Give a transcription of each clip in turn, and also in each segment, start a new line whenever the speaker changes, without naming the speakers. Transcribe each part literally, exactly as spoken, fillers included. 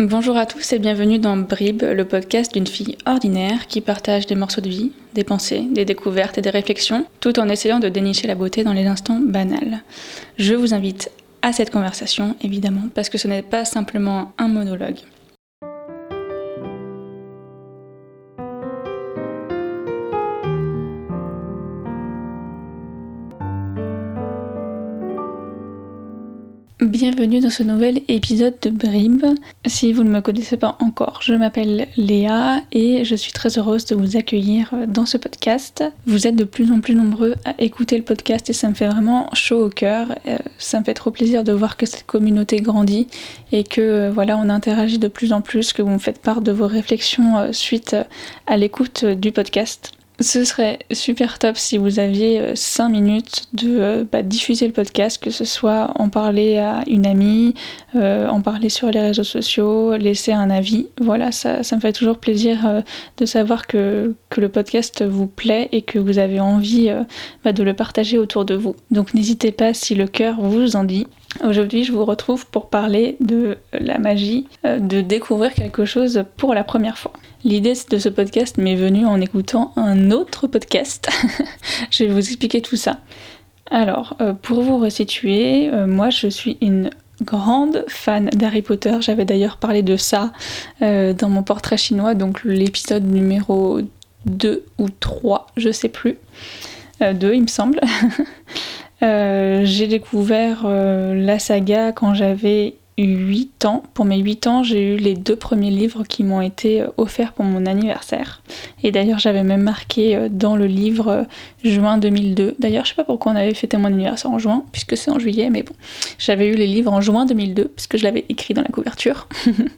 Bonjour à tous et bienvenue dans Bribes, le podcast d'une fille ordinaire qui partage des morceaux de vie, des pensées, des découvertes et des réflexions, tout en essayant de dénicher la beauté dans les instants banals. Je vous invite à cette conversation, évidemment, parce que ce n'est pas simplement un monologue. Bienvenue dans ce nouvel épisode de Bribes. Si vous ne me connaissez pas encore, je m'appelle Léa et je suis très heureuse de vous accueillir dans ce podcast. Vous êtes de plus en plus nombreux à écouter le podcast et ça me fait vraiment chaud au cœur. Ça me fait trop plaisir de voir que cette communauté grandit et que voilà, on interagit de plus en plus, que vous me faites part de vos réflexions suite à l'écoute du podcast. Ce serait super top si vous aviez cinq minutes de euh, bah, diffuser le podcast, que ce soit en parler à une amie, euh, en parler sur les réseaux sociaux, laisser un avis. Voilà, ça, ça me fait toujours plaisir euh, de savoir que, que le podcast vous plaît et que vous avez envie euh, bah, de le partager autour de vous. Donc n'hésitez pas si le cœur vous en dit. Aujourd'hui, je vous retrouve pour parler de la magie euh, de découvrir quelque chose pour la première fois. L'idée de ce podcast m'est venue en écoutant un autre podcast. Je vais vous expliquer tout ça. Alors, euh, pour vous resituer, euh, moi je suis une grande fan d'Harry Potter. J'avais d'ailleurs parlé de ça euh, dans mon portrait chinois, donc l'épisode numéro deux ou trois, je sais plus. Euh, deux, il me semble. Euh, j'ai découvert euh, la saga quand j'avais huit ans. Pour mes huit ans, j'ai eu les deux premiers livres qui m'ont été offerts pour mon anniversaire. Et d'ailleurs, j'avais même marqué dans le livre euh, juin deux mille deux. D'ailleurs, je sais pas pourquoi on avait fêté mon anniversaire en juin, puisque c'est en juillet, mais bon. J'avais eu les livres en juin deux mille deux, puisque je l'avais écrit dans la couverture.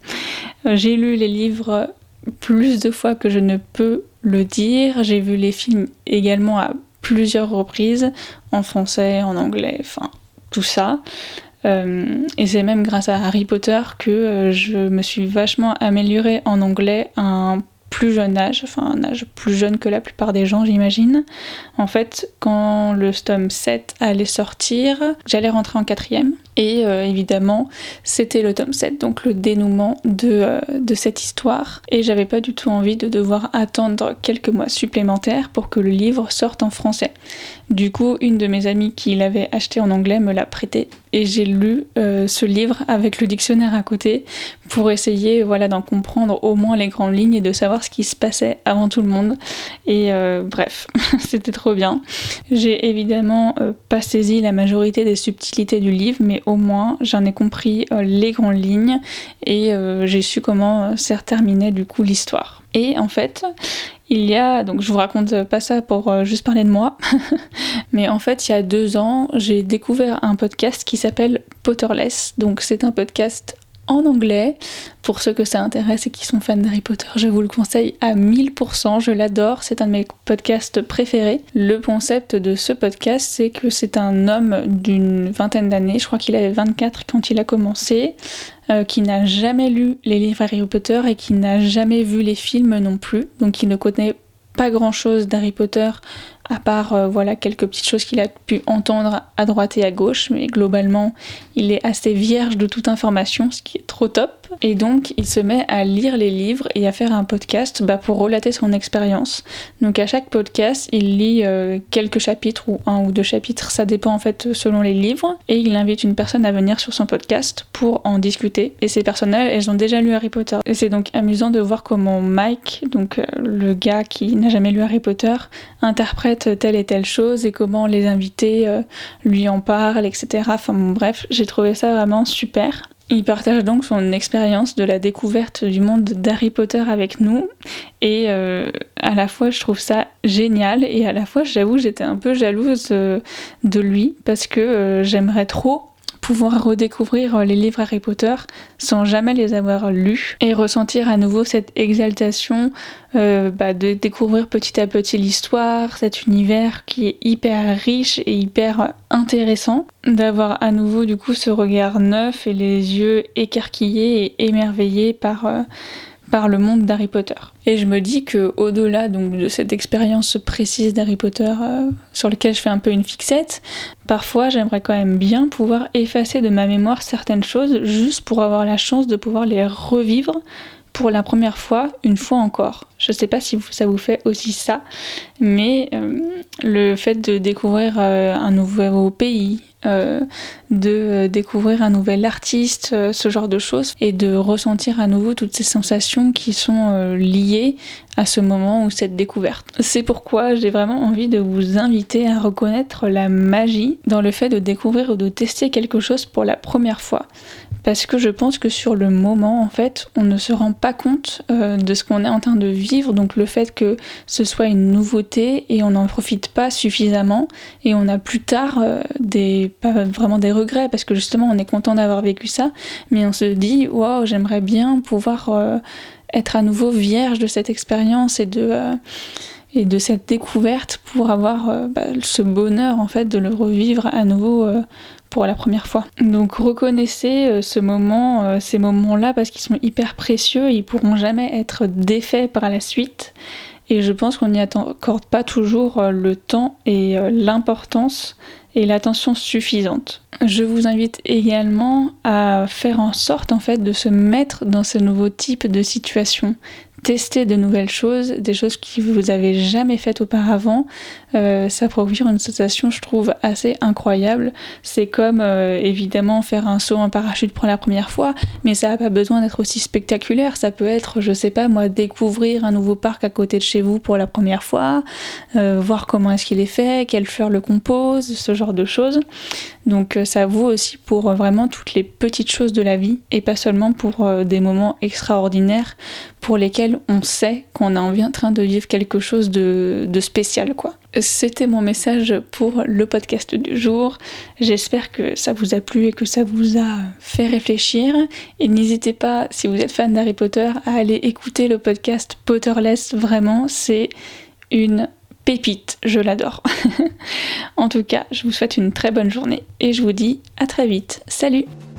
J'ai lu les livres plus de fois que je ne peux le dire. J'ai vu les films également à plusieurs reprises, en français, en anglais, enfin tout ça. Euh, et c'est même grâce à Harry Potter que euh, je me suis vachement améliorée en anglais à un plus jeune âge, enfin un âge plus jeune que la plupart des gens, j'imagine. En fait, quand le tome sept allait sortir, j'allais rentrer en quatrième. Et euh, évidemment, c'était le tome sept, donc le dénouement de, euh, de cette histoire. Et j'avais pas du tout envie de devoir attendre quelques mois supplémentaires pour que le livre sorte en français. Du coup, une de mes amies qui l'avait acheté en anglais me l'a prêté. Et j'ai lu euh, ce livre avec le dictionnaire à côté pour essayer voilà, d'en comprendre au moins les grandes lignes et de savoir ce qui se passait avant tout le monde. Et euh, bref, c'était trop bien. J'ai évidemment euh, pas saisi la majorité des subtilités du livre, mais au moins j'en ai compris euh, les grandes lignes et euh, j'ai su comment euh, s'est terminée du coup l'histoire. Et en fait, il y a, donc je vous raconte pas ça pour euh, juste parler de moi, mais en fait il y a deux ans, j'ai découvert un podcast qui s'appelle Potterless. Donc c'est un podcast en anglais. Pour ceux que ça intéresse et qui sont fans d'Harry Potter, je vous le conseille à mille pour cent, je l'adore, c'est un de mes podcasts préférés. Le concept de ce podcast, c'est que c'est un homme d'une vingtaine d'années, je crois qu'il avait vingt-quatre quand il a commencé, euh, qui n'a jamais lu les livres Harry Potter et qui n'a jamais vu les films non plus, donc il ne connaît pas grand chose d'Harry Potter à part euh, voilà, quelques petites choses qu'il a pu entendre à droite et à gauche, mais globalement il est assez vierge de toute information, ce qui est trop top. Et donc il se met à lire les livres et à faire un podcast bah, pour relater son expérience. Donc à chaque podcast il lit euh, quelques chapitres ou un ou deux chapitres, ça dépend en fait selon les livres, et il invite une personne à venir sur son podcast pour en discuter. Et ces personnes-là, elles ont déjà lu Harry Potter. Et c'est donc amusant de voir comment Mike, donc euh, le gars qui n'a jamais lu Harry Potter, interprète telle et telle chose et comment les invités euh, lui en parlent, et cetera. Enfin bon, bref, j'ai trouvé ça vraiment super. Il partage donc son expérience de la découverte du monde d'Harry Potter avec nous et euh, à la fois je trouve ça génial et à la fois j'avoue j'étais un peu jalouse euh, de lui parce que euh, j'aimerais trop pouvoir redécouvrir les livres Harry Potter sans jamais les avoir lus et ressentir à nouveau cette exaltation euh, bah, de découvrir petit à petit l'histoire, cet univers qui est hyper riche et hyper intéressant, d'avoir à nouveau du coup ce regard neuf et les yeux écarquillés et émerveillés par, euh, par le monde d'Harry Potter. Et je me dis que au-delà donc de cette expérience précise d'Harry Potter euh, sur laquelle je fais un peu une fixette, parfois j'aimerais quand même bien pouvoir effacer de ma mémoire certaines choses juste pour avoir la chance de pouvoir les revivre pour la première fois, une fois encore. Je sais pas si ça vous fait aussi ça, mais euh, le fait de découvrir euh, un nouveau pays, euh, de découvrir un nouvel artiste, euh, ce genre de choses, et de ressentir à nouveau toutes ces sensations qui sont euh, liées à ce moment ou cette découverte. C'est pourquoi j'ai vraiment envie de vous inviter à reconnaître la magie dans le fait de découvrir ou de tester quelque chose pour la première fois. Parce que je pense que sur le moment, en fait, on ne se rend pas compte euh, de ce qu'on est en train de vivre, donc le fait que ce soit une nouveauté et on n'en profite pas suffisamment, et on a plus tard euh, des, pas vraiment des regrets, parce que justement on est content d'avoir vécu ça, mais on se dit « Waouh, j'aimerais bien pouvoir euh, être à nouveau vierge de cette expérience et de... Euh, et de cette découverte pour avoir euh, bah, ce bonheur en fait de le revivre à nouveau euh, pour la première fois. Donc reconnaissez euh, ce moment, euh, ces moments-là parce qu'ils sont hyper précieux et ils pourront jamais être défaits par la suite. Et je pense qu'on n'y accorde pas toujours euh, le temps et euh, l'importance et l'attention suffisante. Je vous invite également à faire en sorte en fait de se mettre dans ce nouveau type de situation. Tester de nouvelles choses, des choses que vous avez jamais faites auparavant, euh, ça procure une sensation, je trouve, assez incroyable. C'est comme, euh, évidemment, faire un saut en parachute pour la première fois, mais ça n'a pas besoin d'être aussi spectaculaire. Ça peut être, je sais pas moi, découvrir un nouveau parc à côté de chez vous pour la première fois, euh, voir comment est-ce qu'il est fait, quelles fleurs le composent, ce genre de choses. Donc euh, ça vaut aussi pour euh, vraiment toutes les petites choses de la vie, et pas seulement pour euh, des moments extraordinaires pour lesquels on sait qu'on est en train de vivre quelque chose de, de spécial, quoi. C'était mon message pour le podcast du jour. J'espère que ça vous a plu et que ça vous a fait réfléchir. Et n'hésitez pas, si vous êtes fan d'Harry Potter, à aller écouter le podcast Potterless. Vraiment, c'est une pépite. Je l'adore. En tout cas, je vous souhaite une très bonne journée et je vous dis à très vite. Salut!